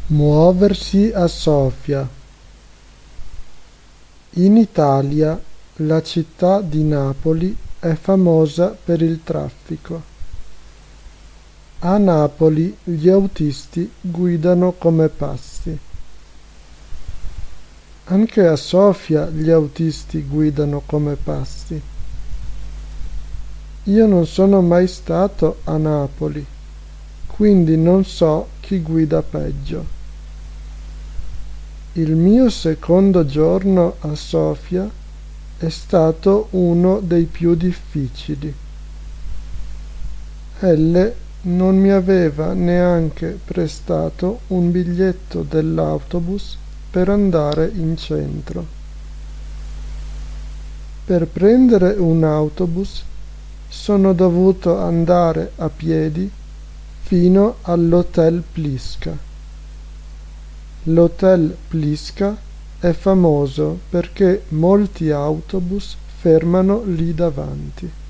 Muoversi a Sofia. In Italia la città di Napoli è famosa per il traffico. A Napoli gli autisti guidano come pazzi. Anche a Sofia gli autisti guidano come pazzi. Io non sono mai stato a Napoli, quindi non so chi guida peggio. Il mio secondo giorno a Sofia è stato uno dei più difficili. Elle non mi aveva neanche prestato un biglietto dell'autobus per andare in centro. Per prendere un autobus sono dovuto andare a piedi fino all'Hotel Pliska. L'Hotel Pliska è famoso perché molti autobus fermano lì davanti.